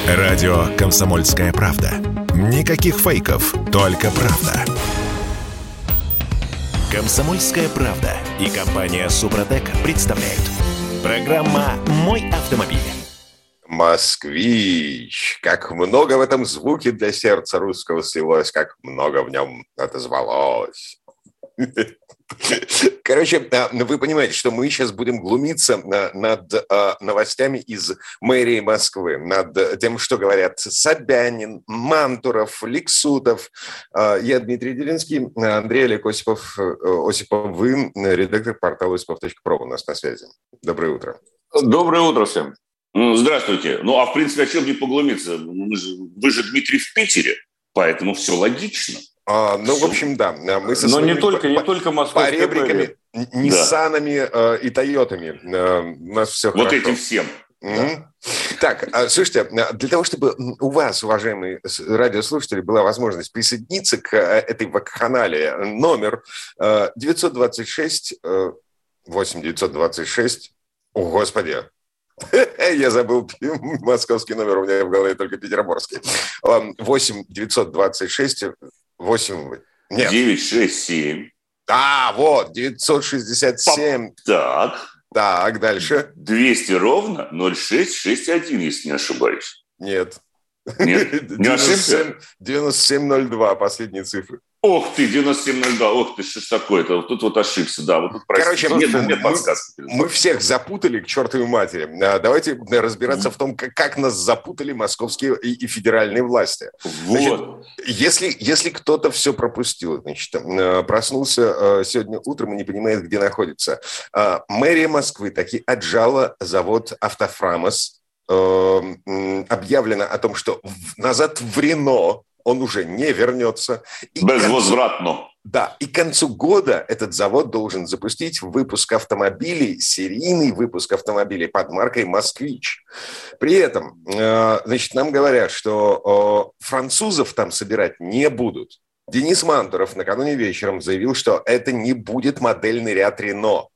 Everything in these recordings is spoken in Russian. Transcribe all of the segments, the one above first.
Радио «Комсомольская правда». Никаких фейков, только правда. «Комсомольская правда» и компания «Супротек» представляют. Программа «Мой автомобиль». Москвич. Как много в этом звуке для сердца русского слилось, как много в нем отозвалось. Короче, вы понимаете, что мы сейчас будем глумиться над новостями из мэрии Москвы, над тем, что говорят Собянин, Мантуров, Ликсутов. Я Дмитрий Делинский, Андрей Олег Осипов, вы редактор портала osipov.pro у нас на связи. Доброе утро. Доброе утро всем. Здравствуйте. В принципе, о чем не поглумиться? Вы же, Дмитрий, в Питере, поэтому все логично. В общем, да. Мы со Но не только московская поребриками, Ниссанами и Тойотами. У нас все вот хорошо. этим всем. Да. Так, слушайте, для того, чтобы у вас, уважаемые радиослушатели, была возможность присоединиться к этой вакханалии, номер 926, 8926, о, Господи, я забыл московский номер, у меня в голове только петербургский. 8-926, нет. 967. 967. Так, дальше. 200 ровно 0661, если не ошибаюсь. Нет. Нет? Не ошибся? 9702, последние цифры. Ох ты, 9702, ох ты, что ж такое-то? Вот тут вот ошибся, да. Вот тут, простите. Короче, нет подсказки. Мы всех запутали к чертовой матери. Давайте разбираться в том, как нас запутали московские и федеральные власти. Вот. Значит, если кто-то все пропустил, значит, проснулся сегодня утром и не понимает, где находится. Мэрия Москвы таки отжала завод «Автофрамос». Объявлено о том, что назад в Рено он уже не вернется. Безвозвратно. Да, и к концу года этот завод должен запустить выпуск автомобилей, серийный выпуск автомобилей под маркой «Москвич». При этом, значит, нам говорят, что французов там собирать не будут. Денис Мантуров накануне вечером заявил, что это не будет модельный ряд «Рено».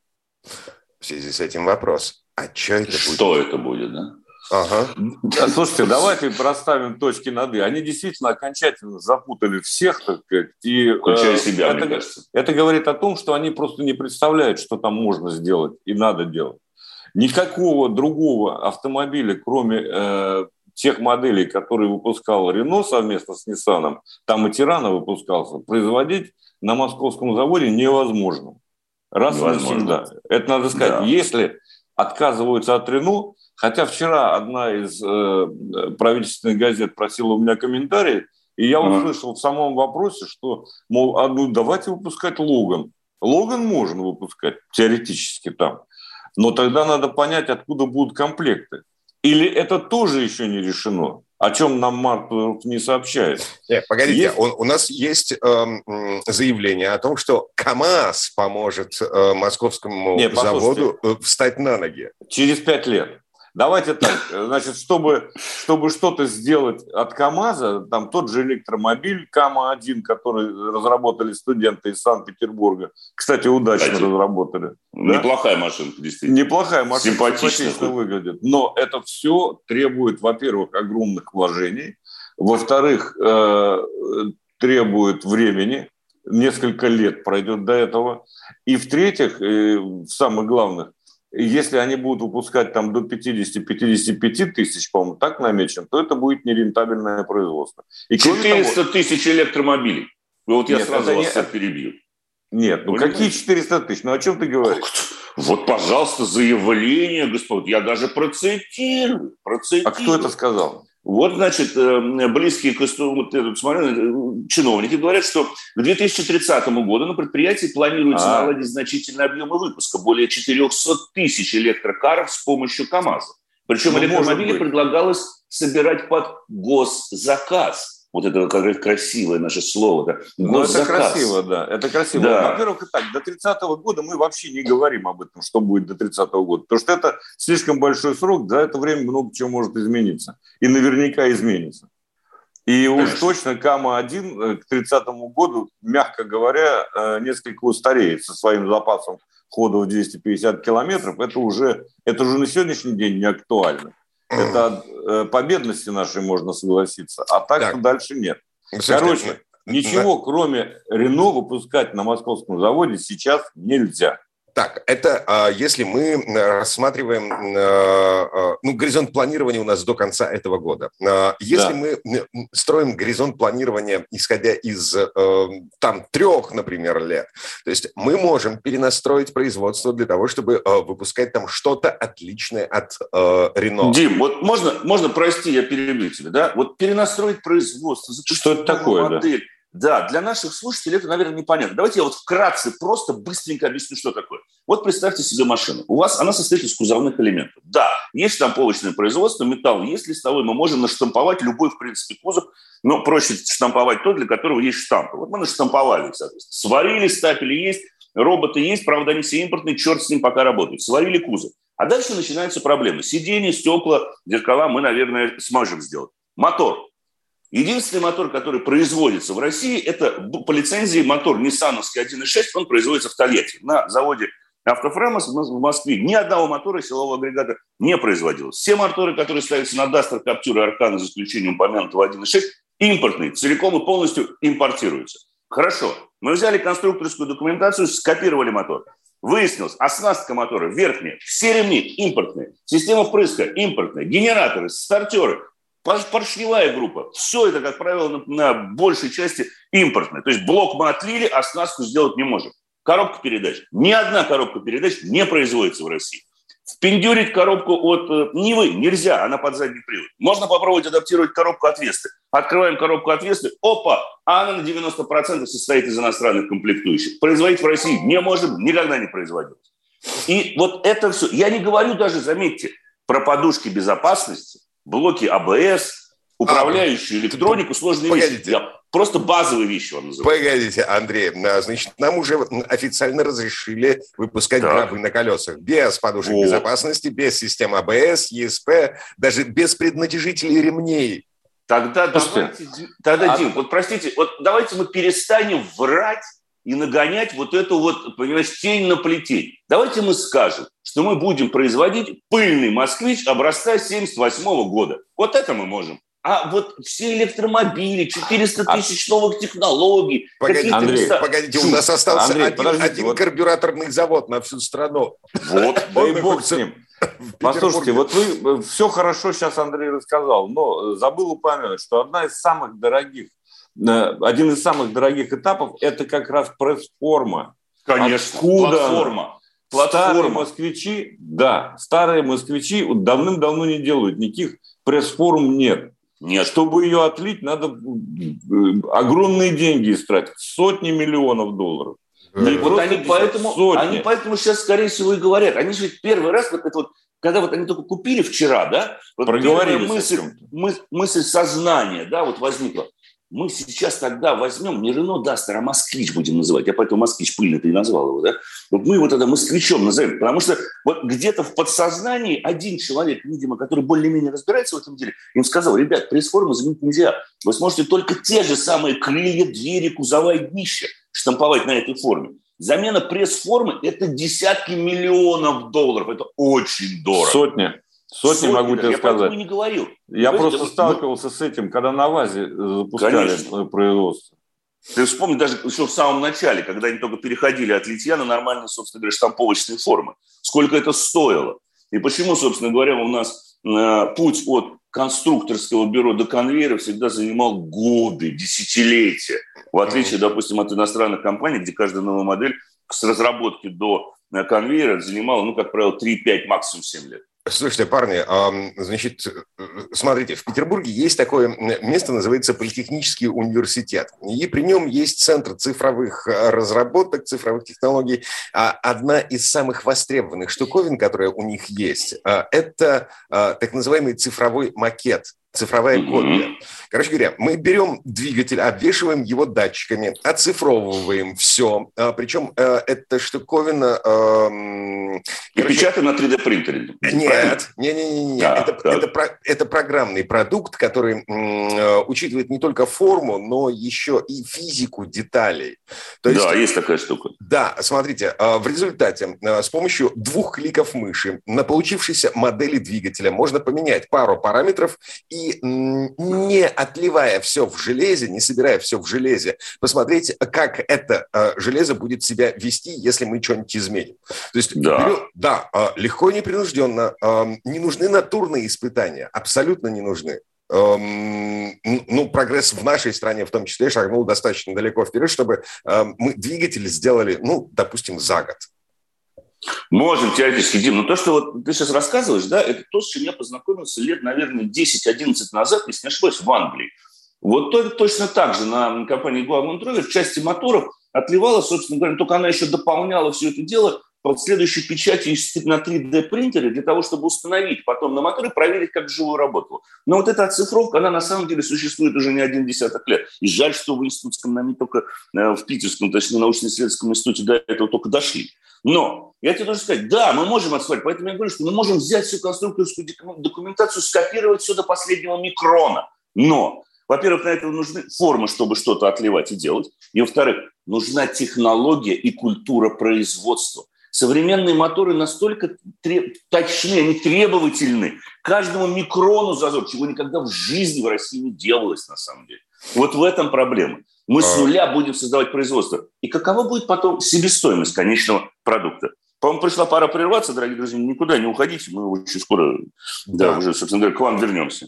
В связи с этим вопрос. А что это будет? Что это будет, да? Ага. Слушайте, давайте расставим точки над «и». Они действительно окончательно запутали всех, так сказать. Включая себя, мне кажется. Это говорит о том, что они просто не представляют, что там можно сделать и надо делать. Никакого другого автомобиля, кроме тех моделей, которые выпускал Рено совместно с Ниссаном, там и Тирана выпускался, производить на московском заводе невозможно. Раз и навсегда. Это надо сказать. Да. Если отказываются от Рено, хотя вчера одна из правительственных газет просила у меня комментарий, и я услышал в самом вопросе, что, мол, давайте выпускать Логан. Логан можно выпускать теоретически там, но тогда надо понять, откуда будут комплекты. Или это тоже еще не решено, о чем нам Мартов не сообщает. Нет, погодите, у нас есть заявление о том, что КАМАЗ поможет московскому заводу встать на ноги. Через 5 лет. Давайте так, значит, чтобы что-то сделать от КАМАЗа, там тот же электромобиль КАМА-1, который разработали студенты из Санкт-Петербурга, кстати, удачно разработали. Неплохая машинка, действительно. Неплохая машинка, симпатично выглядит. Но это все требует, во-первых, огромных вложений, во-вторых, требует времени, несколько лет пройдет до этого, и в-третьих, самое главное, если они будут выпускать там до 50-55 тысяч, по-моему, так намечено, то это будет нерентабельное производство. И 400 тысяч электромобилей. Я сразу вас перебью. Нет, какие 400 тысяч? О чем ты говоришь? Вот, пожалуйста, заявление, господа. Я даже процитирую. А кто это сказал? Вот, значит, близкие к чиновники говорят, что к 2030 году на предприятии планируется наладить значительные объемы выпуска, более 400 тысяч электрокаров с помощью КАМАЗа. Причем электромобили предлагалось собирать под госзаказ. Вот это как красивое наше слово. Это красиво, да. Это красиво. Да. Во-первых, до 30-го года мы вообще не говорим об этом, что будет до 30-го года. Потому что это слишком большой срок, за это время много чего может измениться. И наверняка изменится. И уж точно КАМА-1 к 30-му году, мягко говоря, несколько устареет со своим запасом хода в 250 километров. Это уже на сегодняшний день не актуально. Это по бедности нашей можно согласиться, а так-то дальше нет. Короче, ничего, кроме Рено, выпускать на московском заводе сейчас нельзя. Так, это если мы рассматриваем, горизонт планирования у нас до конца этого года. Если мы строим горизонт планирования, исходя из 3, например, лет, то есть мы можем перенастроить производство для того, чтобы выпускать там что-то отличное от Renault. Дим, вот можно, прости, я перебью тебя, да? Вот перенастроить производство, что это такое, модель. Да, для наших слушателей это, наверное, непонятно. Давайте я вот вкратце, просто быстренько объясню, что такое. Вот представьте себе машину. У вас она состоит из кузовных элементов. Да, есть штамповочное производство, металл есть листовой, мы можем наштамповать любой, в принципе, кузов, но проще штамповать тот, для которого есть штампы. Вот мы наштамповали, соответственно. Сварили, стапели есть, роботы есть, правда, они все импортные, черт с ним пока работают. Сварили кузов. А дальше начинаются проблемы. Сиденья, стекла, зеркала мы, наверное, сможем сделать. Мотор. Единственный мотор, который производится в России, это по лицензии мотор ниссановский 1.6, он производится в Тольятти. На заводе «Автофремос» в Москве ни одного мотора силового агрегата не производилось. Все моторы, которые ставятся на Duster, Captur и Аркана, за исключением упомянутого 1.6, импортные, целиком и полностью импортируются. Хорошо, мы взяли конструкторскую документацию, скопировали мотор. Выяснилось, оснастка мотора верхняя, все ремни импортные, система впрыска импортная, генераторы, стартеры, поршневая группа. Все это, как правило, на большей части импортное. То есть блок мы отлили, а оснастку сделать не можем. Коробка передач. Ни одна коробка передач не производится в России. Впендюрить коробку от Нивы нельзя, она под задний привод. Можно попробовать адаптировать коробку от Весты. Открываем коробку от Весты, опа, а она на 90% состоит из иностранных комплектующих. Производить в России не можем, никогда не производилось. И вот это все. Я не говорю даже, заметьте, про подушки безопасности, блоки АБС, управляющую электронику, сложные вещи. Я просто базовые вещи вам называю. Погодите, Андрей, значит, нам уже официально разрешили выпускать гробы на колесах без подушек безопасности, без систем АБС, ЕСП, даже без преднатяжителей ремней. Тогда Дим, вот простите, вот давайте мы перестанем врать и нагонять вот эту вот, понимаешь, тень на плетень. Давайте мы скажем, что мы будем производить пыльный «Москвич» образца 1978 года. Вот это мы можем. А вот все электромобили, 400 тысяч новых технологий. Погодите, у нас остался один карбюраторный завод на всю страну. Вот, дай бог с ним. Послушайте, вот вы все хорошо сейчас, Андрей, рассказал, но забыл упомянуть, что один из самых дорогих этапов – это как раз пресс-форма. Конечно, платформа. Старые москвичи давным-давно не делают, никаких пресс-форм нет. Чтобы ее отлить, надо огромные деньги истратить, сотни миллионов долларов. Вот они поэтому сейчас, скорее всего, и говорят. Они же первый раз, когда они только купили вчера, да, проговорились. мысль сознания, да, вот возникла. Мы сейчас тогда возьмем не Рено Дастер, а Москвич будем называть. Я поэтому Москвич пыльный-то и назвал его, да. Вот мы его тогда москвичом назовем. Потому что вот где-то в подсознании один человек, видимо, который более-менее разбирается в этом деле, им сказал: ребят, пресс-форму заменить нельзя. Вы сможете только те же самые крылья, двери, кузова и днище штамповать на этой форме. Замена пресс-формы – это десятки миллионов долларов. Это очень дорого. Сотни могу тебе сказать. Я не говорил. Я просто сталкивался с этим, когда на ВАЗе запускали производство. Ты вспомни даже еще в самом начале, когда они только переходили от литья на нормальные, собственно говоря, штамповочные формы. Сколько это стоило. И почему, собственно говоря, у нас путь от конструкторского бюро до конвейера всегда занимал годы, десятилетия. В отличие, допустим, от иностранных компаний, где каждая новая модель с разработки до конвейера занимала, как правило, 3-5, максимум 7 лет. Слушайте, парни, значит, смотрите, в Петербурге есть такое место, называется Политехнический университет. И при нем есть центр цифровых разработок, цифровых технологий. Одна из самых востребованных штуковин, которая у них есть, это так называемый цифровой макет. цифровая копия. Короче говоря, мы берем двигатель, обвешиваем его датчиками, оцифровываем все. Причем эта штуковина... И печатаем на 3D-принтере. Нет. Это программный продукт, который учитывает не только форму, но еще и физику деталей. То есть, да, есть такая штука. Да, смотрите, в результате с помощью 2 кликов мыши на получившейся модели двигателя можно поменять пару параметров и, не отливая все в железе, не собирая все в железе, посмотреть, как это железо будет себя вести, если мы что-нибудь изменим. То есть, легко и непринужденно. Не нужны натурные испытания, абсолютно не нужны. Прогресс в нашей стране, в том числе, шагнул достаточно далеко вперед, чтобы мы двигатель сделали, допустим, за год. Можем теоретически, Дим. Но то, что вот ты сейчас рассказываешь, да, это то, с чем я познакомился лет, наверное, 10-11 назад, если не ошибаюсь, в Англии. Вот точно так же на компании Jaguar Land Rover в части моторов отливала, собственно говоря, только она еще дополняла все это дело следующей печатью на 3D-принтере для того, чтобы установить потом на моторы, проверить, как вживую работало. Но вот эта оцифровка, она на самом деле существует уже не 10 лет. И жаль, что в институтском, не только в Питерском, точнее, научно-исследовательском институте до этого только дошли. Но я тебе должен сказать, да, мы можем отсылать, поэтому я говорю, что мы можем взять всю конструкторскую документацию, скопировать все до последнего микрона. Но, во-первых, на это нужны формы, чтобы что-то отливать и делать. И, во-вторых, нужна технология и культура производства. Современные моторы настолько точны, они требовательны. Каждому микрону зазор, чего никогда в жизни в России не делалось на самом деле. Вот в этом проблема. Мы с нуля будем создавать производство. И какова будет потом себестоимость конечного продукта? По-моему, пришла пора прерваться, дорогие друзья. Никуда не уходите, мы очень скоро, уже, собственно говоря, к вам вернемся.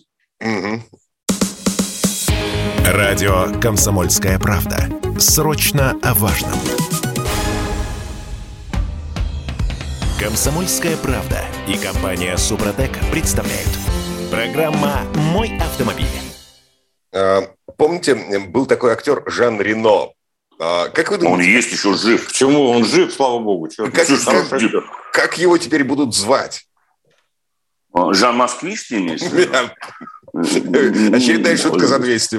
Радио «Комсомольская правда». Срочно о важном. «Комсомольская правда» и компания «Супротек» представляют. Программа «Мой автомобиль». Помните, был такой актер Жан Рено. Как вы думаете? Он есть еще жив. Почему? Он жив, слава богу. Как его теперь будут звать? Жан Москвич, ты имеешь в виду? Очередная шутка за 200.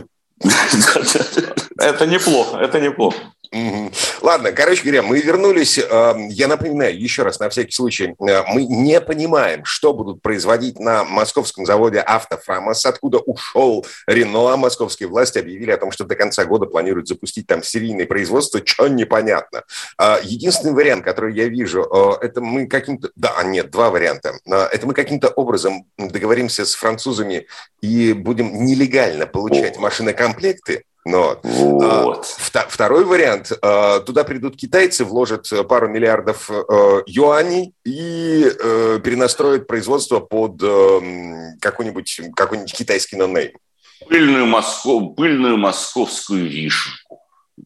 Это неплохо. Ладно, короче говоря, мы вернулись. Я напоминаю еще раз, на всякий случай, мы не понимаем, что будут производить на московском заводе «Автофамос», откуда ушел Рено, а московские власти объявили о том, что до конца года планируют запустить там серийное производство, что непонятно. Единственный вариант, который я вижу, это мы каким-то... два варианта. Это мы каким-то образом договоримся с французами и будем нелегально получать машинокомплекты. Но второй вариант, туда придут китайцы, вложат пару миллиардов юаней и перенастроят производство под какой-нибудь китайский нонейм. Пыльную московскую вишенку.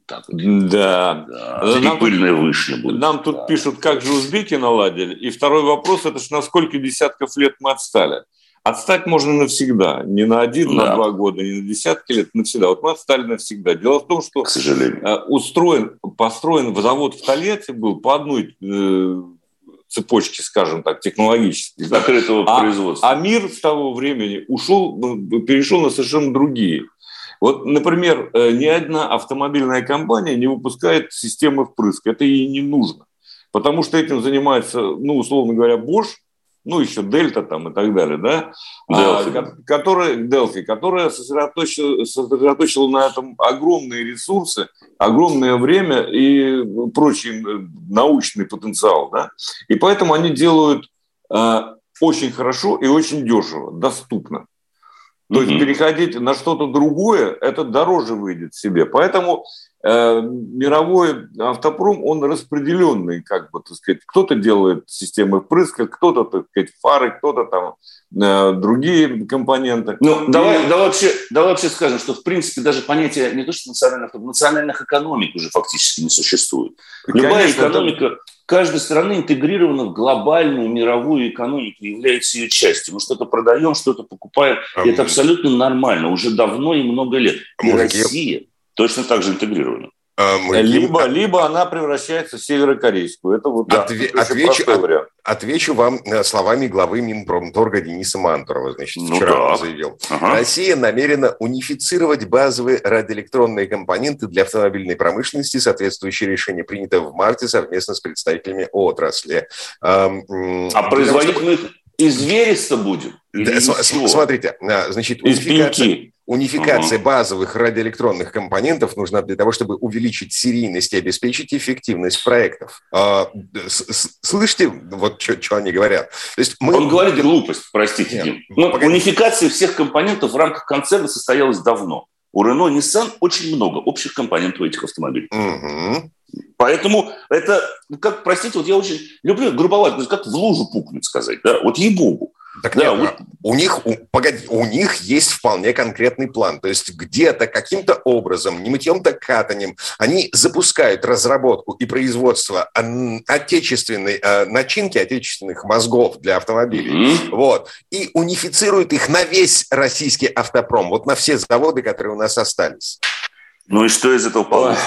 Да. Пыльная вышня будет. Нам тут пишут, как же узбеки наладили. И второй вопрос, это ж на сколько десятков лет мы отстали. Отстать можно навсегда. Не на 1, на 2 года, не на десятки лет, навсегда. Вот мы отстали навсегда. Дело в том, что к сожалению, построен завод в Тольятти был по одной цепочке, скажем так, технологической. Закрытого производства. А мир с того времени перешел на совершенно другие. Вот, например, ни одна автомобильная компания не выпускает системы впрыск. Это ей не нужно. Потому что этим занимается, условно говоря, Bosch, еще Дельта там и так далее, да, Делфи, которая сосредоточила на этом огромные ресурсы, огромное время и прочий научный потенциал, да, и поэтому они делают очень хорошо и очень дешево, доступно. То есть переходить на что-то другое, это дороже выйдет себе. Поэтому мировой автопром, он распределенный, кто-то делает системы впрыска, кто-то, фары, кто-то там другие компоненты. Давай вообще скажем, что в принципе даже понятие не то что национальных экономик уже фактически не существует. Любая экономика каждой страны интегрирована в глобальную мировую экономику, является ее частью. Мы что-то продаем, что-то покупаем, и это абсолютно нормально, уже давно и много лет. И Россия точно так же интегрирована. Либо она превращается в северокорейскую. Это вот простой вариант. Отвечу вам словами главы Минпромторга Дениса Мантурова. Значит, вчера он заявил. Россия намерена унифицировать базовые радиоэлектронные компоненты для автомобильной промышленности. Соответствующее решение принято в марте совместно с представителями отрасли. Производить мы их из вереса будем? Смотрите, значит, унификация базовых радиоэлектронных компонентов нужна для того, чтобы увеличить серийность и обеспечить эффективность проектов. Слышите, вот что они говорят? То есть Он говорит глупость, простите, Дим. Унификация всех компонентов в рамках концерна состоялась давно. У Renault и Nissan очень много общих компонентов этих автомобилей. Поэтому это, как, простите, вот я очень люблю грубовато, как в лужу пукнуть сказать, да, вот ей-богу. Так да, нет, у них есть вполне конкретный план. То есть где-то каким-то образом, не мытьем, так катанем, они запускают разработку и производство отечественной начинки, отечественных мозгов для автомобилей. Вот. И унифицируют их на весь российский автопром, вот на все заводы, которые у нас остались. Ну и что из этого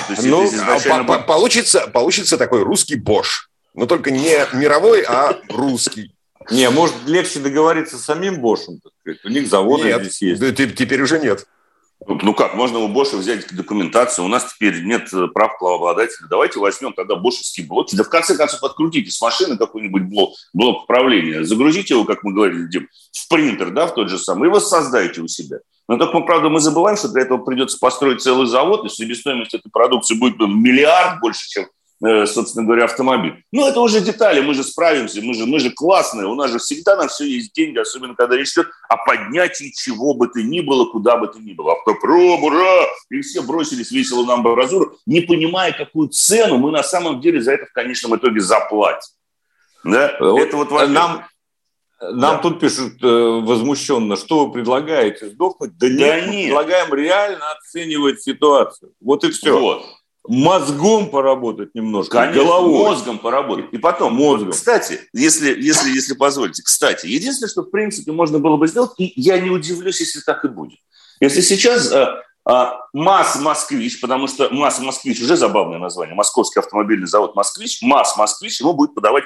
получится? Получится такой русский Bosch. Но только не мировой, а русский. Не, может, легче договориться с самим Бошем, так сказать. У них заводы здесь есть. Да, теперь уже нет. Ну как, можно у Боша взять документацию, у нас теперь нет прав правообладателя. Давайте возьмем тогда бошевские блоки. Да в конце концов открутите с машины какой-нибудь блок управления, загрузите его, как мы говорили, Дим, в принтер, да, в тот же самый, и воссоздайте у себя. Но только, правда, мы забываем, что для этого придется построить целый завод, и себестоимость этой продукции будет миллиард больше, чем, собственно говоря, автомобиль. Ну, это уже детали, мы же справимся, мы же классные, у нас же всегда на все есть деньги, особенно когда речь идет о поднятии чего бы то ни было, куда бы то ни было. Автопром, ура! И все бросились весело на амбразуру, не понимая, какую цену мы на самом деле за это в конечном итоге заплатим. Да? Это вот Нам тут пишут возмущенно, что вы предлагаете, сдохнуть? Да нет, мы предлагаем реально оценивать ситуацию. Вот и все. Вот. Мозгом поработать немножко, конечно, головой. Мозгом поработать. И потом, кстати, если позволите, единственное, что в принципе можно было бы сделать, и я не удивлюсь, если так и будет. Если сейчас МАЗ-Москвич, потому что МАЗ-Москвич уже забавное название, Московский автомобильный завод «Москвич», МАЗ-Москвич, ему будет подавать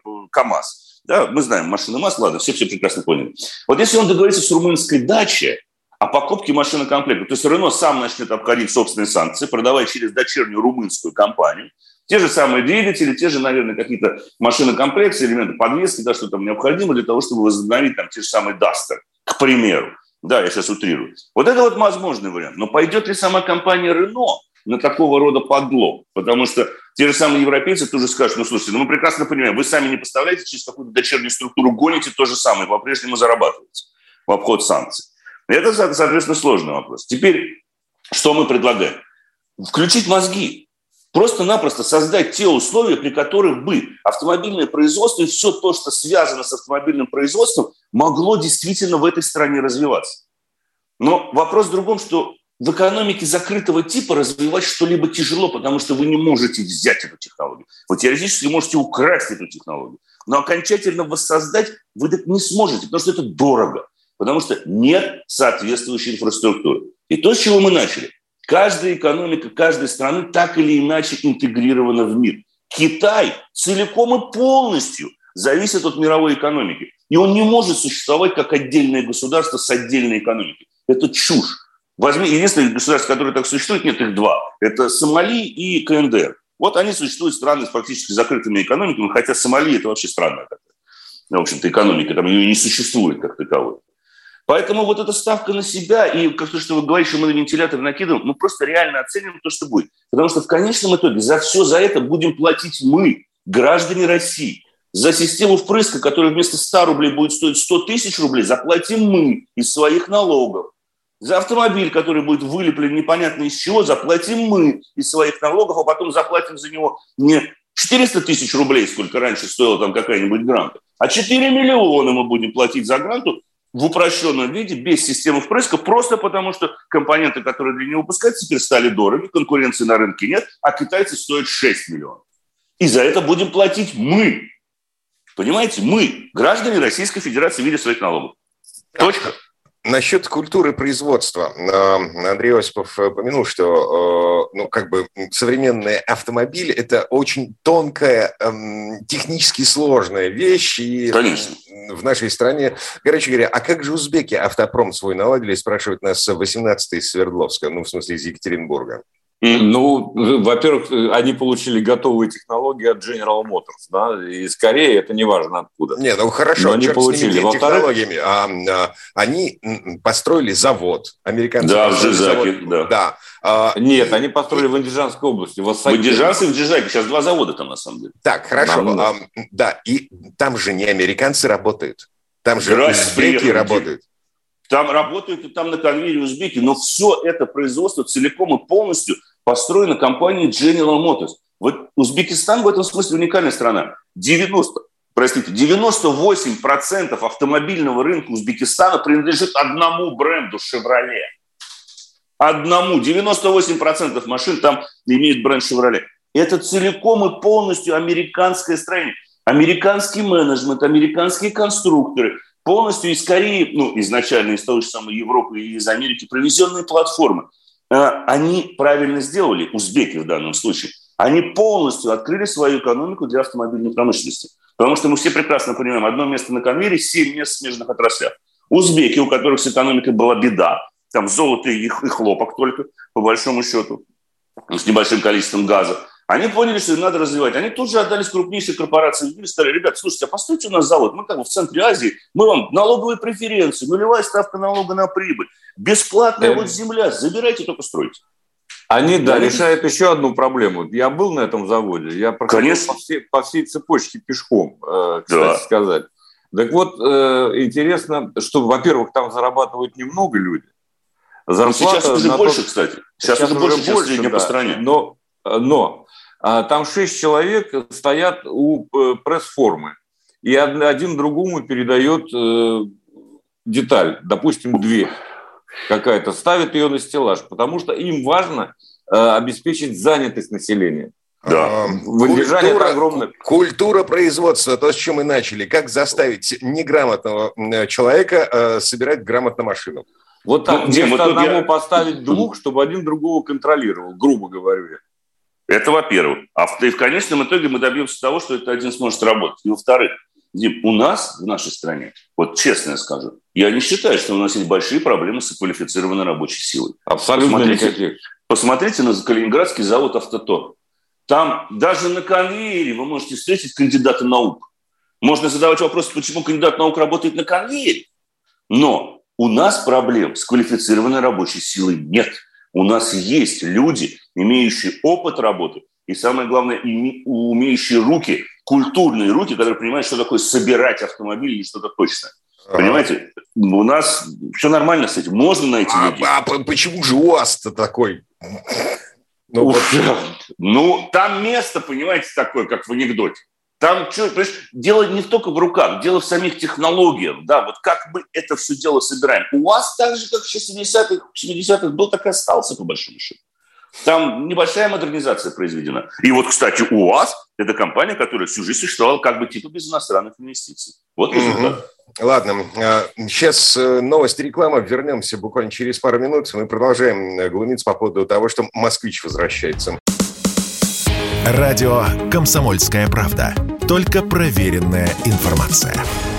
КАМАЗ. Да, мы знаем, машины МАЗ, ладно, все прекрасно поняли. Вот если он договорится с румынской дачей о покупке машинокомплекта, то есть Рено сам начнет обходить собственные санкции, продавая через дочернюю румынскую компанию, те же самые двигатели, те же, наверное, какие-то машинокомплекты, элементы подвески, да, что там необходимо для того, чтобы возобновить там те же самые Дастер, к примеру. Да, я сейчас утрирую. Вот это вот возможный вариант. Но пойдет ли сама компания Рено на такого рода подлог? Потому что те же самые европейцы тоже скажут, ну, слушайте, мы прекрасно понимаем, вы сами не поставляете, через какую-то дочернюю структуру гоните то же самое, по-прежнему зарабатываете в обход санкций. Это, соответственно, сложный вопрос. Теперь, что мы предлагаем? Включить мозги. Просто-напросто создать те условия, при которых бы автомобильное производство и все то, что связано с автомобильным производством, могло действительно в этой стране развиваться. Но вопрос в другом, что в экономике закрытого типа развивать что-либо тяжело, потому что вы не можете взять эту технологию. Вы теоретически можете украсть эту технологию, но окончательно воссоздать вы так не сможете, потому что это дорого, потому что нет соответствующей инфраструктуры. И то, с чего мы начали. Каждая экономика каждой страны так или иначе интегрирована в мир. Китай целиком и полностью зависит от мировой экономики. И он не может существовать как отдельное государство с отдельной экономикой. Это чушь. Возьми единственное государство, которое так существует, нет, их два. Это Сомали и КНДР. Вот они существуют, страны с практически закрытыми экономиками, хотя Сомали – это вообще странная такая. В общем-то, экономика, там ее не существует как таковой. Поэтому вот эта ставка на себя, и как то, что вы говорите, что мы на вентилятор накидываем, мы просто реально оценим то, что будет. Потому что в конечном итоге за все за это будем платить мы, граждане России. За систему впрыска, которая вместо 100 рублей будет стоить 100 тысяч рублей, заплатим мы из своих налогов. За автомобиль, который будет вылеплен непонятно из чего, заплатим мы из своих налогов, а потом заплатим за него не 400 тысяч рублей, сколько раньше стоила там какая-нибудь гранта, а 4 миллиона мы будем платить за гранту в упрощенном виде, без системы впрыска, просто потому что компоненты, которые для него выпускаются, теперь стали дороги, конкуренции на рынке нет, а китайцы стоят 6 миллионов. И за это будем платить мы. Понимаете? Мы, граждане Российской Федерации, в виде своих налогов. Точка. Насчет культуры производства. Андрей Осипов упомянул, что современный автомобиль – это очень тонкая, технически сложная вещь. И конечно. В нашей стране, короче говоря, а как же узбеки автопром свой наладили, спрашивают нас 18-й из Свердловска, в смысле из Екатеринбурга. Во-первых, они получили готовые технологии от General Motors, да, из Кореи, это не важно откуда. Хорошо, но они получили. Технологиями. Они построили завод, американцы. Да, в Джизаке, да. Нет, они построили в Андижанской области. В Андижанской и в Джизаке, сейчас 2 завода там на самом деле. Так, хорошо, и там же не американцы работают, там же узбеки работают. Там работают и там на конвейере узбеки, но все это производство целиком и полностью построено компанией General Motors. Вот Узбекистан в этом смысле уникальная страна. 98% автомобильного рынка Узбекистана принадлежит одному бренду Chevrolet. Одному. 98% машин там имеет бренд Chevrolet. Это целиком и полностью американское строение. Американский менеджмент, американские конструкторы – полностью из Кореи, изначально из той же самой Европы и из Америки, провезенные платформы. Они правильно сделали, узбеки в данном случае. Они полностью открыли свою экономику для автомобильной промышленности. Потому что мы все прекрасно понимаем, одно место на конвейере, 7 мест в смежных отраслях. Узбеки, у которых с экономикой была беда, там золото и хлопок только, по большому счету, с небольшим количеством газа, они поняли, что им надо развивать. Они тут же отдались крупнейшей корпорации в мире, сказали: ребят, слушайте, а постройте у нас завод, мы в центре Азии, мы вам налоговые преференции, нулевая ставка налога на прибыль, бесплатная земля, забирайте, только стройте. Они, решают еще одну проблему. Я был на этом заводе, я проходил по всей цепочке пешком, кстати сказать. Так вот, интересно, что, во-первых, там зарабатывают немного люди. Сейчас уже больше, кстати. Сейчас уже больше, чем средняя по стране. Но там 6 человек стоят у пресс-формы, и один другому передает деталь, допустим, дверь какая-то, ставит ее на стеллаж, потому что им важно обеспечить занятость населения. Да. Культура производства, то, с чем мы начали. Как заставить неграмотного человека собирать грамотно машину? Вот так, вместо одного поставить 2, чтобы один другого контролировал, грубо говоря. Это во-первых. И в конечном итоге мы добьемся того, что этот один сможет работать. И во-вторых, Дим, у нас в нашей стране, вот честно я скажу, я не считаю, что у нас есть большие проблемы с квалифицированной рабочей силой. Абсолютно никаких. Посмотрите на Калининградский завод «Автотор». Там даже на конвейере вы можете встретить кандидата наук. Можно задавать вопрос, почему кандидат наук работает на конвейере. Но у нас проблем с квалифицированной рабочей силой нет. У нас есть люди, имеющие опыт работы, и самое главное, умеющие руки, культурные руки, которые понимают, что такое собирать автомобиль или что-то точное. Понимаете, у нас все нормально с этим, можно найти людей. А почему же УАЗ-то такой? Там место, понимаете, такое, как в анекдоте. Там, дело не только в руках, дело в самих технологиях. Да, вот как мы это все дело собираем. УАЗ так же, как в 70-х был, так и остался, по большому счету. Там небольшая модернизация произведена. И вот, кстати, УАЗ – это компания, которая всю жизнь существовала как бы типа без иностранных инвестиций. Вот результат. Ладно, сейчас новость и реклама. Вернемся буквально через пару минут. Мы продолжаем глумиться по поводу того, что «Москвич» возвращается. Радио «Комсомольская правда». Только проверенная информация.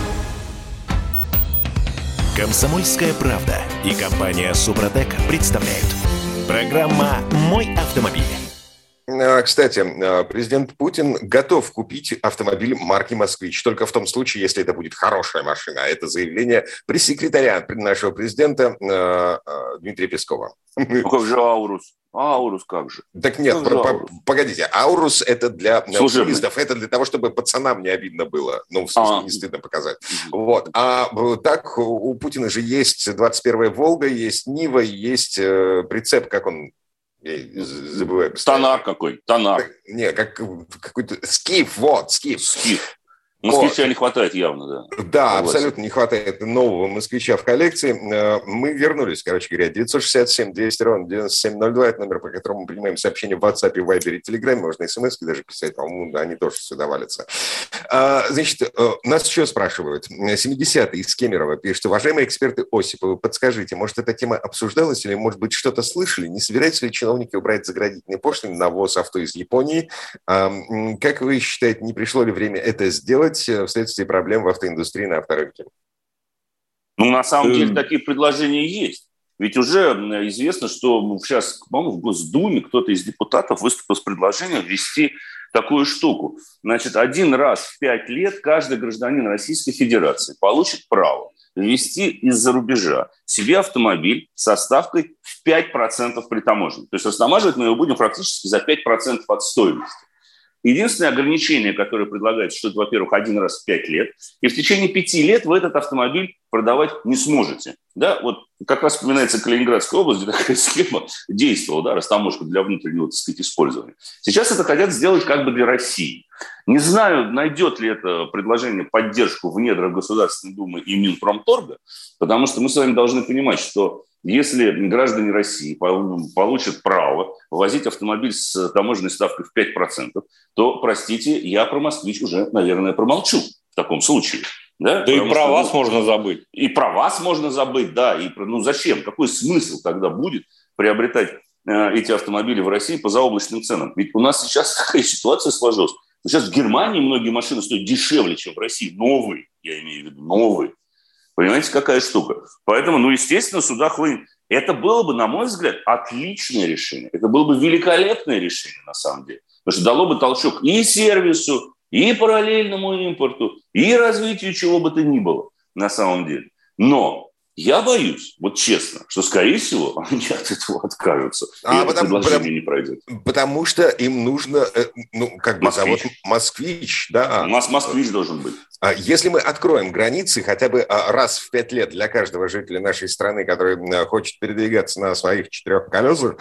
«Комсомольская правда» и компания «Супротек» представляют. Программа «Мой автомобиль». Кстати, президент Путин готов купить автомобиль марки «Москвич», только в том случае, если это будет хорошая машина. Это заявление пресс-секретаря нашего президента Дмитрия Пескова. Как же «Аурус»? «Аурус» как же? Так нет, погодите. «Аурус» — это для туристов, это для того, чтобы пацанам не обидно было. В смысле, не стыдно показать. Вот. А так у Путина же есть 21-я «Волга», есть «Нива», есть прицеп, как он... Я забываю. Тонар какой? Тонар. Не, как какой-то скиф, скиф. Москвича не хватает явно, да. Да, абсолютно не хватает нового москвича в коллекции. Мы вернулись, 967-200-97-02. Это номер, по которому мы принимаем сообщения в WhatsApp, Viber и Telegram. Можно смс-ки даже писать, по-моему, да, они тоже сюда валятся. Значит, нас еще спрашивают. 70-й из Кемерово пишет: уважаемые эксперты Осиповы, подскажите, может, эта тема обсуждалась или, может быть, что-то слышали? Не собираются ли чиновники убрать заградительные пошлины на ввоз авто из Японии? Как вы считаете, не пришло ли время это сделать вследствие проблем в автоиндустрии на авторынке? На самом деле такие предложения есть. Ведь уже известно, что сейчас, по-моему, в Госдуме кто-то из депутатов выступил с предложением ввести такую штуку. Значит, один раз в 5 лет каждый гражданин Российской Федерации получит право ввести из-за рубежа себе автомобиль со ставкой в 5% при таможне. То есть растамаживать мы его будем практически за 5% от стоимости. Единственное ограничение, которое предлагается, что это, во-первых, один раз в 5 лет, и в течение 5 лет вы этот автомобиль продавать не сможете. Да? Вот как раз вспоминается Калининградская область, где такая схема действовала, да, растаможка для внутреннего, так сказать, использования. Сейчас это хотят сделать как бы для России. Не знаю, найдет ли это предложение поддержку в недрах Государственной Думы и Минпромторга, потому что мы с вами должны понимать, что если граждане России получат право ввозить автомобиль с таможенной ставкой в 5%, то, простите, я про «Москвич» уже, наверное, промолчу в таком случае. Да, и про вас можно забыть. И про вас можно забыть, да. Зачем? Какой смысл тогда будет приобретать эти автомобили в России по заоблачным ценам? Ведь у нас сейчас такая ситуация сложилась. Сейчас в Германии многие машины стоят дешевле, чем в России. Новые, я имею в виду, новые. Понимаете, какая штука? Поэтому, естественно, сюда хлынет. Это было бы, на мой взгляд, отличное решение. Это было бы великолепное решение, на самом деле. Потому что дало бы толчок и сервису, и параллельному импорту, и развитию чего бы то ни было, на самом деле. Но я боюсь, вот честно, что, скорее всего, они от этого откажутся. И это предложение не пройдет. Потому что им нужно, завод «Москвич». Да. У нас «Москвич» должен быть. Если мы откроем границы хотя бы раз в 5 лет для каждого жителя нашей страны, который хочет передвигаться на своих 4 колесах,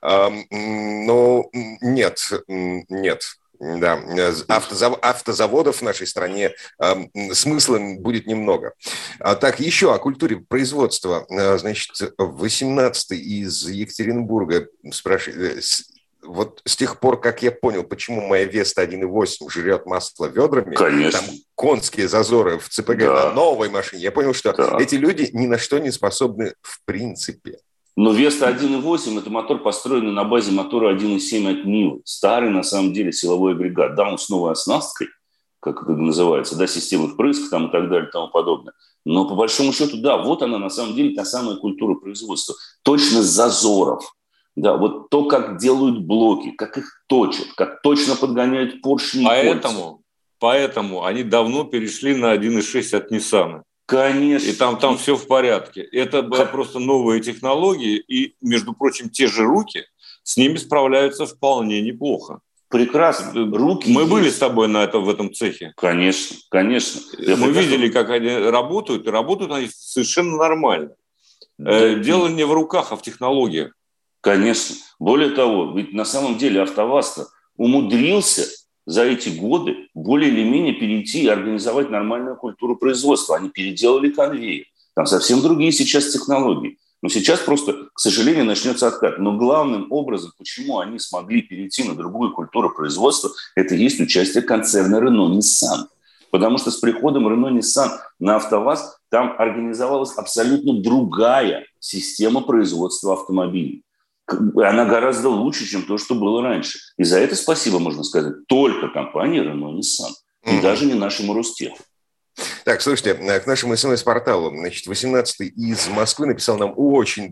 нет. Да, автозаводов в нашей стране смысла будет немного. Так, еще о культуре производства. Значит, 18-й из Екатеринбурга спрашивает: вот с тех пор, как я понял, почему моя Веста 1.8 жрет масло ведрами, конечно, там конские зазоры в ЦПГ на новой машине, я понял, что эти люди ни на что не способны в принципе. Но Веста 1.8 – это мотор, построенный на базе мотора 1.7 от Нивы. Старый, на самом деле, силовой агрегат. Да, он с новой оснасткой, как это называется, да, системы впрыск там, и так далее и тому подобное. Но по большому счету, да, вот она на самом деле та самая культура производства. Точность зазоров. Да, вот то, как делают блоки, как их точат, как точно подгоняют поршни и кольца. Поэтому они давно перешли на 1.6 от Nissan. Конечно. И там все в порядке. Это была просто новые технологии, и, между прочим, те же руки с ними справляются вполне неплохо. Прекрасно. Руки Мы были с тобой в этом цехе. Конечно, конечно. Мы видели, как они работают, и работают они совершенно нормально. Дело не в руках, а в технологиях. Конечно. Более того, ведь на самом деле АвтоВАЗ умудрился за эти годы более или менее перейти и организовать нормальную культуру производства. Они переделали конвейер. Там совсем другие сейчас технологии. Но сейчас просто, к сожалению, начнется откат. Но главным образом, почему они смогли перейти на другую культуру производства, это есть участие концерна Renault-Nissan. Потому что с приходом Renault-Nissan на АвтоВАЗ там организовалась абсолютно другая система производства автомобилей. Она гораздо лучше, чем то, что было раньше. И за это спасибо, можно сказать, только компании Renault-Nissan. И даже не нашему Ростеху. Так, слушайте, к нашему СМС-порталу, значит, 18-й из Москвы написал нам очень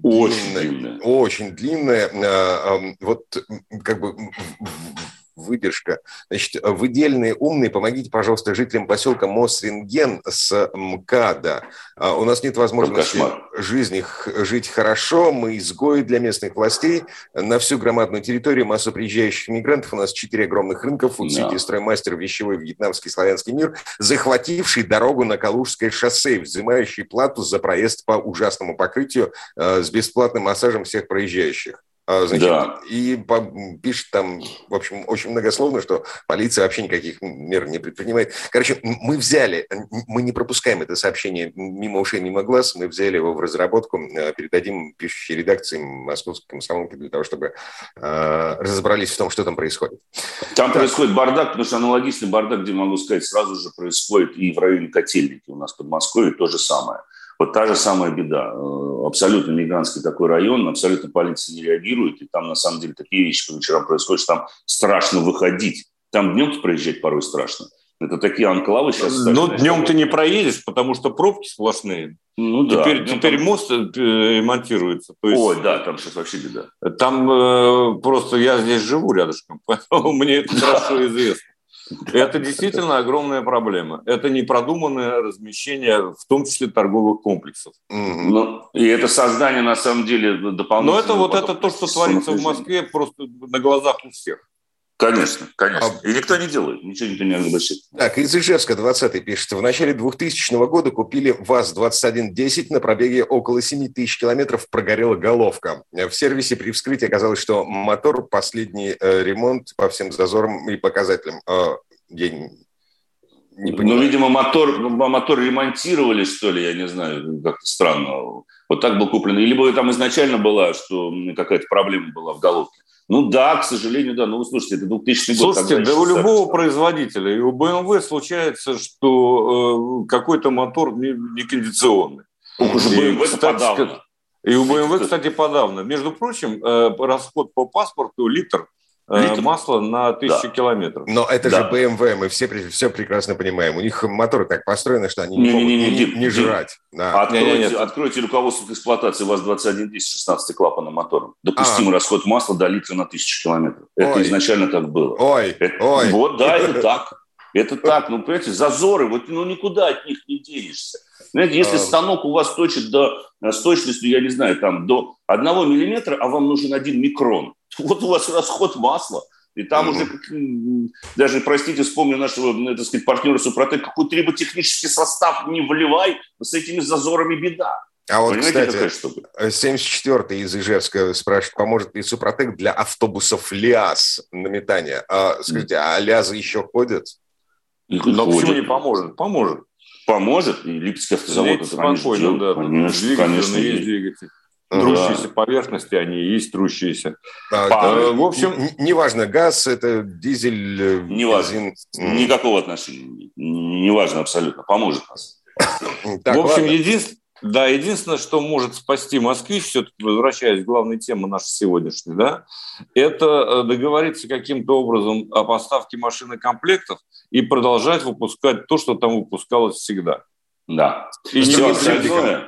длинное, вот как бы выдержка. Значит, вы дельные, умные, помогите, пожалуйста, жителям поселка Мосрентген с МКАДа. У нас нет возможности жить хорошо, мы изгои для местных властей. На всю громадную территорию массу приезжающих мигрантов. У нас 4 огромных рынка: Фудсити, Строймастер, Вещевой, Вьетнамский, Славянский мир, захвативший дорогу на Калужское шоссе, взимающий плату за проезд по ужасному покрытию с бесплатным массажем всех проезжающих. Значит, и пишет там, в общем, очень многословно, что полиция вообще никаких мер не предпринимает. Короче, мы не пропускаем это сообщение мимо ушей, мимо глаз, мы взяли его в разработку, передадим пишущей редакции «Московской комсомолки» для того, чтобы разобрались в том, что там происходит. Там происходит бардак, потому что аналогичный бардак, где, могу сказать, сразу же происходит и в районе Котельники. У нас в Подмосковье то же самое. Вот та же самая беда. Абсолютно мигрантский такой район, абсолютно полиция не реагирует, и там на самом деле такие вещи по вечерам происходят, что там страшно выходить. Там днем проезжать порой страшно. Это такие анклавы сейчас. Но днем ты не проедешь, потому что пробки сплошные. Ну да. Теперь мост ремонтируется. То есть, ой, да, там сейчас вообще беда. Там просто я здесь живу рядышком, поэтому мне это хорошо известно. Это действительно огромная проблема. Это непродуманное размещение, в том числе торговых комплексов. Ну, и это создание, на самом деле, дополнительного... Но это то, что творится в Москве просто на глазах у всех. Конечно. И никто не делает, ничего никто не обращает. Так, из Ижевска 20-й пишет. В начале 2000 года купили ВАЗ-2110 на пробеге около 7 тысяч километров, прогорела головка. В сервисе при вскрытии оказалось, что мотор, последний ремонт по всем зазорам и показателям. Я не понимаю. Ну, видимо, мотор ремонтировали, что ли, я не знаю, как-то странно. Вот так был куплен. Либо там изначально была, что какая-то проблема была в головке. Ну да, к сожалению, да. Ну, вы слушайте, это 2000 год. Слушайте, да у любого производителя, и у BMW случается, что какой-то мотор некондиционный. Уже BMW подавно. И у BMW, кстати, подавно. Между прочим, расход по паспорту литр масла на 1000 километров. Но это же BMW, мы все прекрасно понимаем. У них моторы так построены, что они не могут не жрать. Да. Откройте руководство к эксплуатации ВАЗ-2110 с 16-клапанным мотором. Допустимый расход масла до литра на 1000 километров. Это изначально так было. Вот, да, это так. Это так. Ну, понимаете, зазоры, вот, никуда от них не денешься. Знаете, если станок у вас точит с точностью, я не знаю, там, до 1 миллиметра, а вам нужен 1 микрон, вот у вас расход масла. И там уже, даже, простите, вспомню нашего, так сказать, партнера Супротек, какой-то либо технический состав не вливай, с этими зазорами беда. А вот, кстати, 74-й из Ижевска спрашивает, поможет ли Супротек для автобусов ЛиАЗ на метание. Скажите, а ЛиАЗы еще ходят? Но почему не поможет? Поможет, и Липецкий автозавод это спокойно, да. Конечно, есть двигатель. Трущиеся поверхности, они и есть трущиеся. В общем, неважно, газ, это дизель, бензин. Никакого отношения. Неважно абсолютно. Поможет нас. В общем, единственное, что может спасти «Москвич», все-таки возвращаясь к главной теме нашей сегодняшней, да, это договориться каким-то образом о поставке машин и комплектов и продолжать выпускать то, что там выпускалось всегда. Да. И все остальное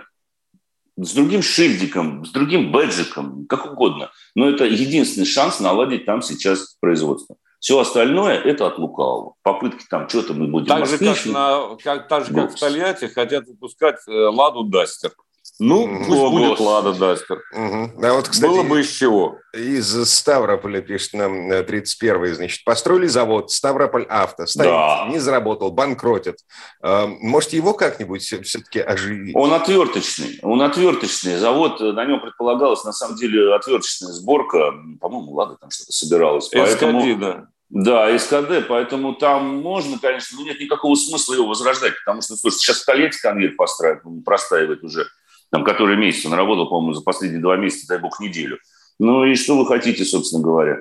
с другим шильдиком, с другим бэджиком, как угодно. Но это единственный шанс наладить там сейчас производство. Все остальное – это от лукавого. Попытки там что-то мы будем... Так же, как в Тольятти хотят выпускать «Ладу Дастер». Ну, пусть будет «Лада Дастер». А вот, кстати, было бы из чего. Из Ставрополя, пишет нам 31-й, значит, построили завод «Ставрополь Авто». Стоит, не заработал, банкротит. Можете его как-нибудь все-таки оживить? Он отверточный. Завод, на нем предполагалась, на самом деле, отверточная сборка. По-моему, «Лада» там что-то собиралась. СКД, да. Да, СКД, поэтому там можно, конечно, но нет никакого смысла его возрождать, потому что, слушайте, сейчас в Тольятти конвейер простаивает уже. Там, который месяц, он работал, по-моему, за последние 2 месяца, дай бог, неделю. Ну и что вы хотите, собственно говоря?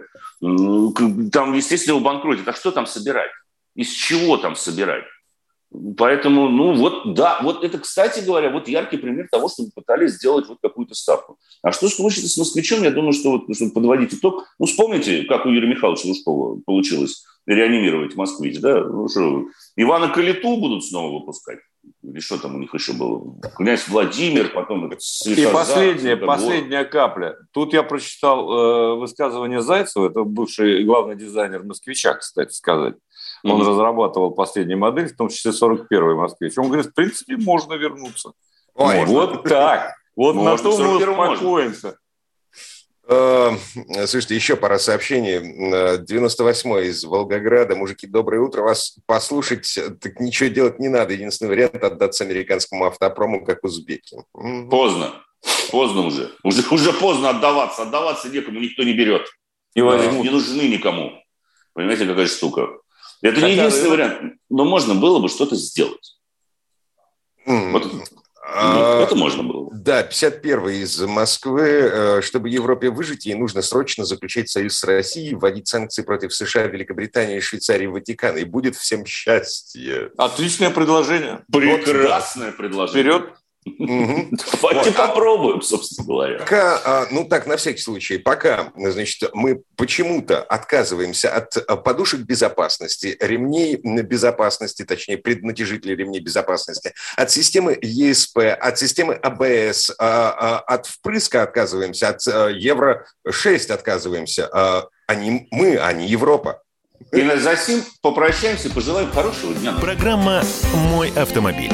Там, естественно, его банкротят. А что там собирать? Из чего там собирать? Поэтому, вот это, кстати говоря, вот яркий пример того, что мы пытались сделать вот какую-то ставку. А что случится с «Москвичом», я думаю, что вот, чтобы подводить итог, вспомните, как у Юрия Михайловича Лужкова получилось реанимировать «Москвич», да? Ну что, Ивана Калиту будут снова выпускать? Или что там у них еще было? Князь Владимир, потом... И последняя капля. Тут я прочитал высказывание Зайцева, это бывший главный дизайнер «Москвича», кстати сказать. Он разрабатывал последнюю модель, в том числе 41-й «Москвич». Он говорит, в принципе, можно вернуться. Вот так. Вот на то мы успокоимся. Слушайте, еще пара сообщений. 98-й из Волгограда. Мужики, доброе утро. Вас послушать, так ничего делать не надо. Единственный вариант – отдаться американскому автопрому, как узбеки. Поздно. Поздно уже. Уже поздно отдаваться. Отдаваться некому, никто не берет. Не нужны никому. Понимаете, какая штука? Это не единственный вариант. Но можно было бы что-то сделать. Это можно было. Да, 51-й из Москвы. Чтобы Европе выжить, ей нужно срочно заключить союз с Россией, вводить санкции против США, Великобритании, Швейцарии, Ватикана. И будет всем счастье. Отличное предложение. Прекрасное предложение. Вперед. Давайте попробуем, собственно говоря. Пока, на всякий случай, пока, значит, мы почему-то отказываемся от подушек безопасности, ремней безопасности, точнее, преднатяжителей ремней безопасности, от системы ЕСП, от системы АБС, от впрыска отказываемся, от Евро-6 отказываемся. Мы, а не Европа. И за сим попрощаемся, пожелаем хорошего дня. Программа «Мой автомобиль».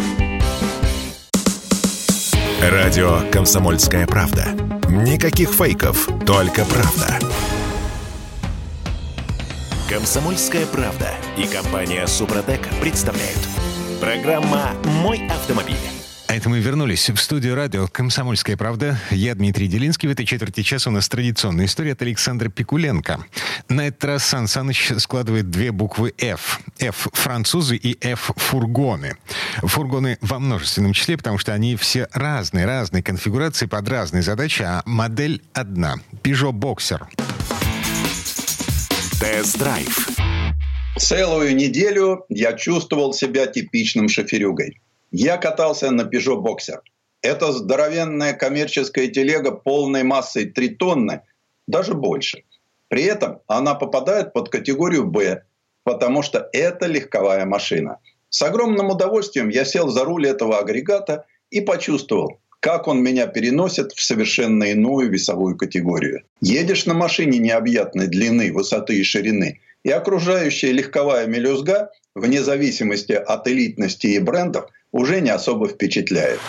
Радио «Комсомольская правда». Никаких фейков, только правда. «Комсомольская правда» и компания «Супротек» представляют. Программа «Мой автомобиль». А это мы вернулись в студию радио «Комсомольская правда». Я Дмитрий Делинский. В этой четверти часа у нас традиционная история от Александра Пикуленко. На этот раз Сан Саныч складывает две буквы «Ф». «Ф» — французы и «Ф» — фургоны. Фургоны во множественном числе, потому что они все разные конфигурации под разные задачи, а модель одна — Peugeot Boxer. Тест-драйв. Целую неделю я чувствовал себя типичным шоферюгой. Я катался на Peugeot Boxer. Это здоровенная коммерческая телега полной массой 3 тонны, даже больше. При этом она попадает под категорию «Б», потому что это легковая машина. С огромным удовольствием я сел за руль этого агрегата и почувствовал, как он меня переносит в совершенно иную весовую категорию. Едешь на машине необъятной длины, высоты и ширины, и окружающая легковая мелюзга, вне зависимости от элитности и брендов, уже не особо впечатляет.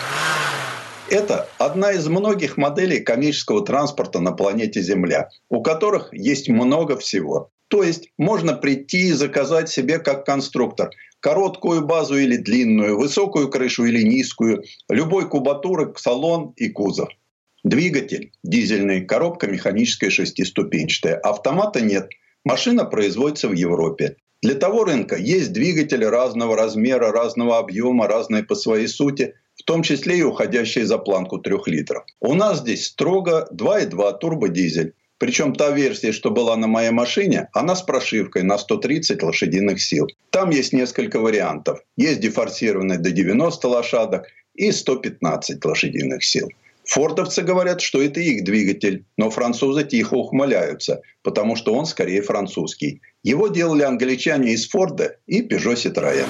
Это одна из многих моделей коммерческого транспорта на планете Земля, у которых есть много всего. То есть можно прийти и заказать себе как конструктор короткую базу или длинную, высокую крышу или низкую, любой кубатуры, салон и кузов. Двигатель дизельный, коробка механическая 6-ступенчатая. Автомата нет. Машина производится в Европе. Для того рынка есть двигатели разного размера, разного объема, разные по своей сути, в том числе и уходящие за планку 3 литров. У нас здесь строго 2,2 турбодизель. Причем та версия, что была на моей машине, она с прошивкой на 130 лошадиных сил. Там есть несколько вариантов. Есть дефорсированный до 90 лошадок и 115 лошадиных сил. Фордовцы говорят, что это их двигатель, но французы тихо ухмыляются, потому что он скорее французский. Его делали англичане из Форда и Peugeot Citroën.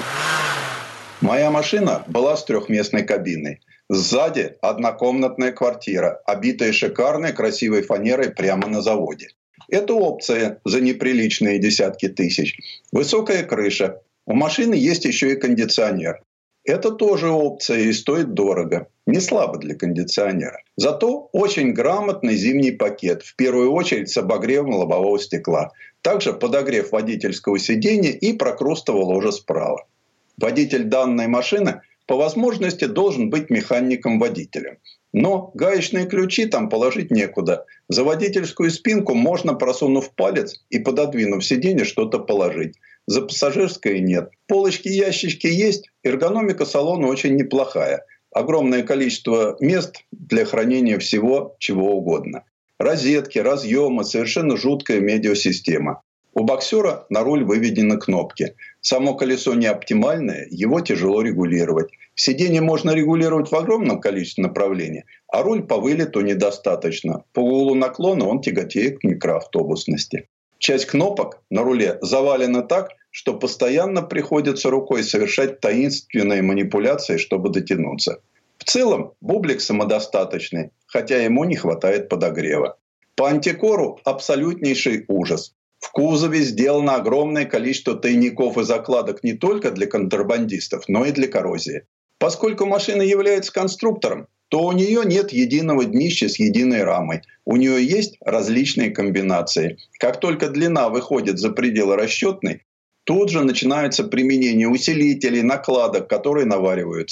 Моя машина была с 3-местной кабиной. Сзади однокомнатная квартира, обитая шикарной красивой фанерой прямо на заводе. Это опция за неприличные десятки тысяч. Высокая крыша. У машины есть еще и кондиционер. Это тоже опция и стоит дорого. Не слабо для кондиционера. Зато очень грамотный зимний пакет. В первую очередь с обогревом лобового стекла. Также подогрев водительского сиденья и прокрустово ложа справа. Водитель данной машины по возможности должен быть механиком-водителем. Но гаечные ключи там положить некуда. За водительскую спинку можно, просунув палец и пододвинув сиденье, что-то положить. За пассажирское нет. Полочки, ящички есть. Эргономика салона очень неплохая. Огромное количество мест для хранения всего, чего угодно. Розетки, разъемы, совершенно жуткая медиасистема. У боксера на руль выведены кнопки. Само колесо не оптимальное, его тяжело регулировать. Сиденье можно регулировать в огромном количестве направлений, а руль по вылету недостаточно. По углу наклона он тяготеет к микроавтобусности. Часть кнопок на руле завалена так, что постоянно приходится рукой совершать таинственные манипуляции, чтобы дотянуться. В целом бублик самодостаточный, хотя ему не хватает подогрева. По антикору абсолютнейший ужас. В кузове сделано огромное количество тайников и закладок не только для контрабандистов, но и для коррозии. Поскольку машина является конструктором, то у нее нет единого днища с единой рамой. У нее есть различные комбинации. Как только длина выходит за пределы расчетной, тут же начинается применение усилителей, накладок, которые навариваются.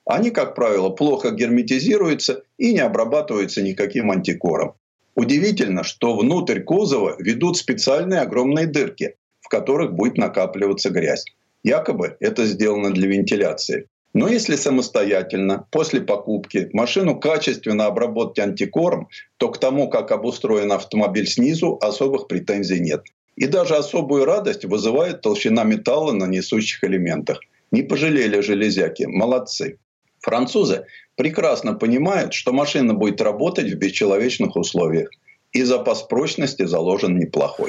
Они, как правило, плохо герметизируются и не обрабатываются никаким антикором. Удивительно, что внутрь кузова ведут специальные огромные дырки, в которых будет накапливаться грязь. Якобы это сделано для вентиляции. Но если самостоятельно, после покупки, машину качественно обработать антикором, то к тому, как обустроен автомобиль снизу, особых претензий нет. И даже особую радость вызывает толщина металла на несущих элементах. Не пожалели железяки, молодцы. Французы прекрасно понимают, что машина будет работать в бесчеловечных условиях. И запас прочности заложен неплохой.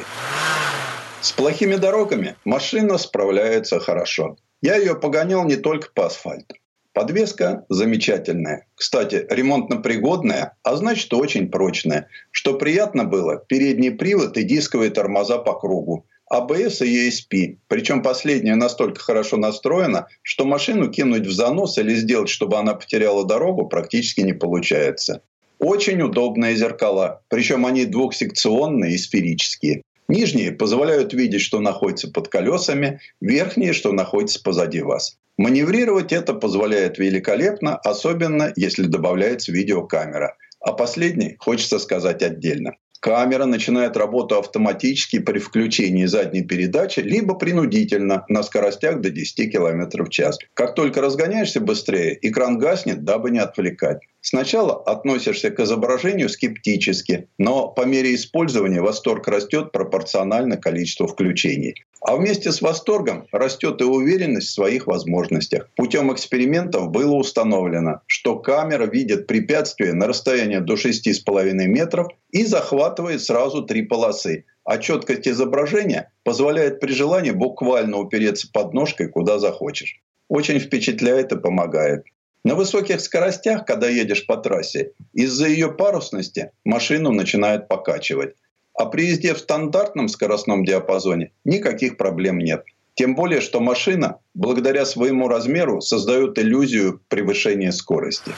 С плохими дорогами машина справляется хорошо. Я ее погонял не только по асфальту. Подвеска замечательная. Кстати, ремонтно-пригодная, а значит очень прочная. Что приятно было, передний привод и дисковые тормоза по кругу. АБС и ESP. Причем последняя настолько хорошо настроена, что машину кинуть в занос или сделать, чтобы она потеряла дорогу, практически не получается. Очень удобные зеркала. Причем они двухсекционные и сферические. Нижние позволяют видеть, что находится под колесами, верхние, что находится позади вас. Маневрировать это позволяет великолепно, особенно если добавляется видеокамера. А последней хочется сказать отдельно. Камера начинает работу автоматически при включении задней передачи, либо принудительно на скоростях до 10 км в час. Как только разгоняешься быстрее, экран гаснет, дабы не отвлекать. Сначала относишься к изображению скептически, но по мере использования восторг растет пропорционально количеству включений. А вместе с восторгом растет и уверенность в своих возможностях. Путем экспериментов было установлено, что камера видит препятствие на расстоянии до 6,5 метров и захватывает сразу 3 полосы. А четкость изображения позволяет при желании буквально упереться подножкой куда захочешь. Очень впечатляет и помогает. На высоких скоростях, когда едешь по трассе, из-за ее парусности машину начинает покачивать. А при езде в стандартном скоростном диапазоне никаких проблем нет. Тем более, что машина, благодаря своему размеру, создает иллюзию превышения скорости.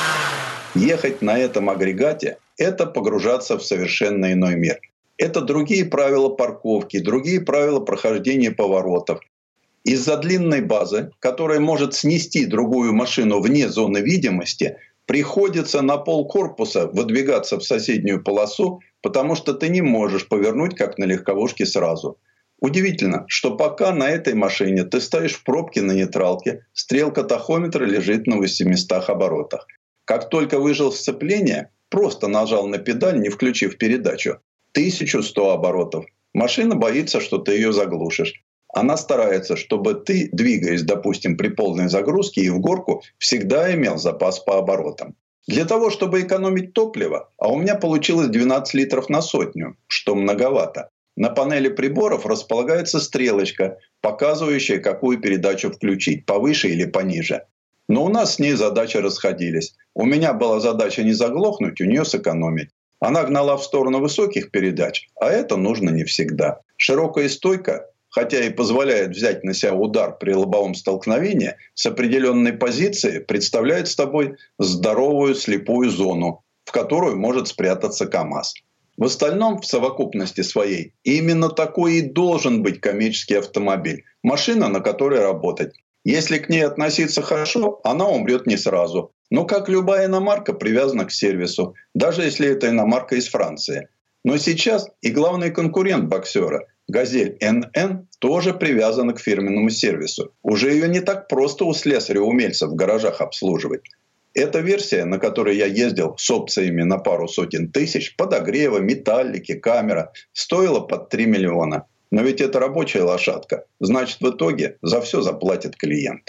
Ехать на этом агрегате – это погружаться в совершенно иной мир. Это другие правила парковки, другие правила прохождения поворотов. Из-за длинной базы, которая может снести другую машину вне зоны видимости, приходится на пол корпуса выдвигаться в соседнюю полосу, потому что ты не можешь повернуть, как на легковушке, сразу. Удивительно, что пока на этой машине ты стоишь в пробке на нейтралке, стрелка тахометра лежит на 800 оборотах. Как только выжил сцепление, просто нажал на педаль, не включив передачу, 1100 оборотов. Машина боится, что ты ее заглушишь. Она старается, чтобы ты, двигаясь, допустим, при полной загрузке и в горку, всегда имел запас по оборотам. Для того, чтобы экономить топливо, а у меня получилось 12 литров на сотню, что многовато, на панели приборов располагается стрелочка, показывающая, какую передачу включить, повыше или пониже. Но у нас с ней задачи расходились. У меня была задача не заглохнуть, у нее сэкономить. Она гнала в сторону высоких передач, а это нужно не всегда. Широкая стойка, хотя и позволяет взять на себя удар при лобовом столкновении, с определенной позиции представляет с тобой здоровую слепую зону, в которую может спрятаться КАМАЗ. В остальном, в совокупности своей, именно такой и должен быть коммерческий автомобиль. Машина, на которой работать. Если к ней относиться хорошо, она умрет не сразу. Но как любая иномарка привязана к сервису, даже если это иномарка из Франции. Но сейчас и главный конкурент боксера «Газель НН» тоже привязана к фирменному сервису. Уже ее не так просто у слесаря-умельцев в гаражах обслуживать. Эта версия, на которой я ездил с опциями на пару сотен тысяч, подогрева, металлики, камера, стоила под 3 миллиона. Но ведь это рабочая лошадка. Значит, в итоге за все заплатит клиент.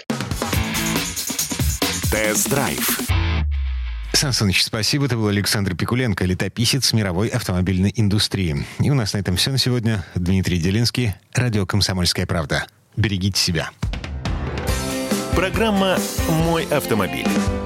Тест-драйв. Сан Саныч, спасибо. Это был Александр Пикуленко, летописец мировой автомобильной индустрии. И у нас на этом все на сегодня. Дмитрий Делинский, радио «Комсомольская правда». Берегите себя. Программа «Мой автомобиль».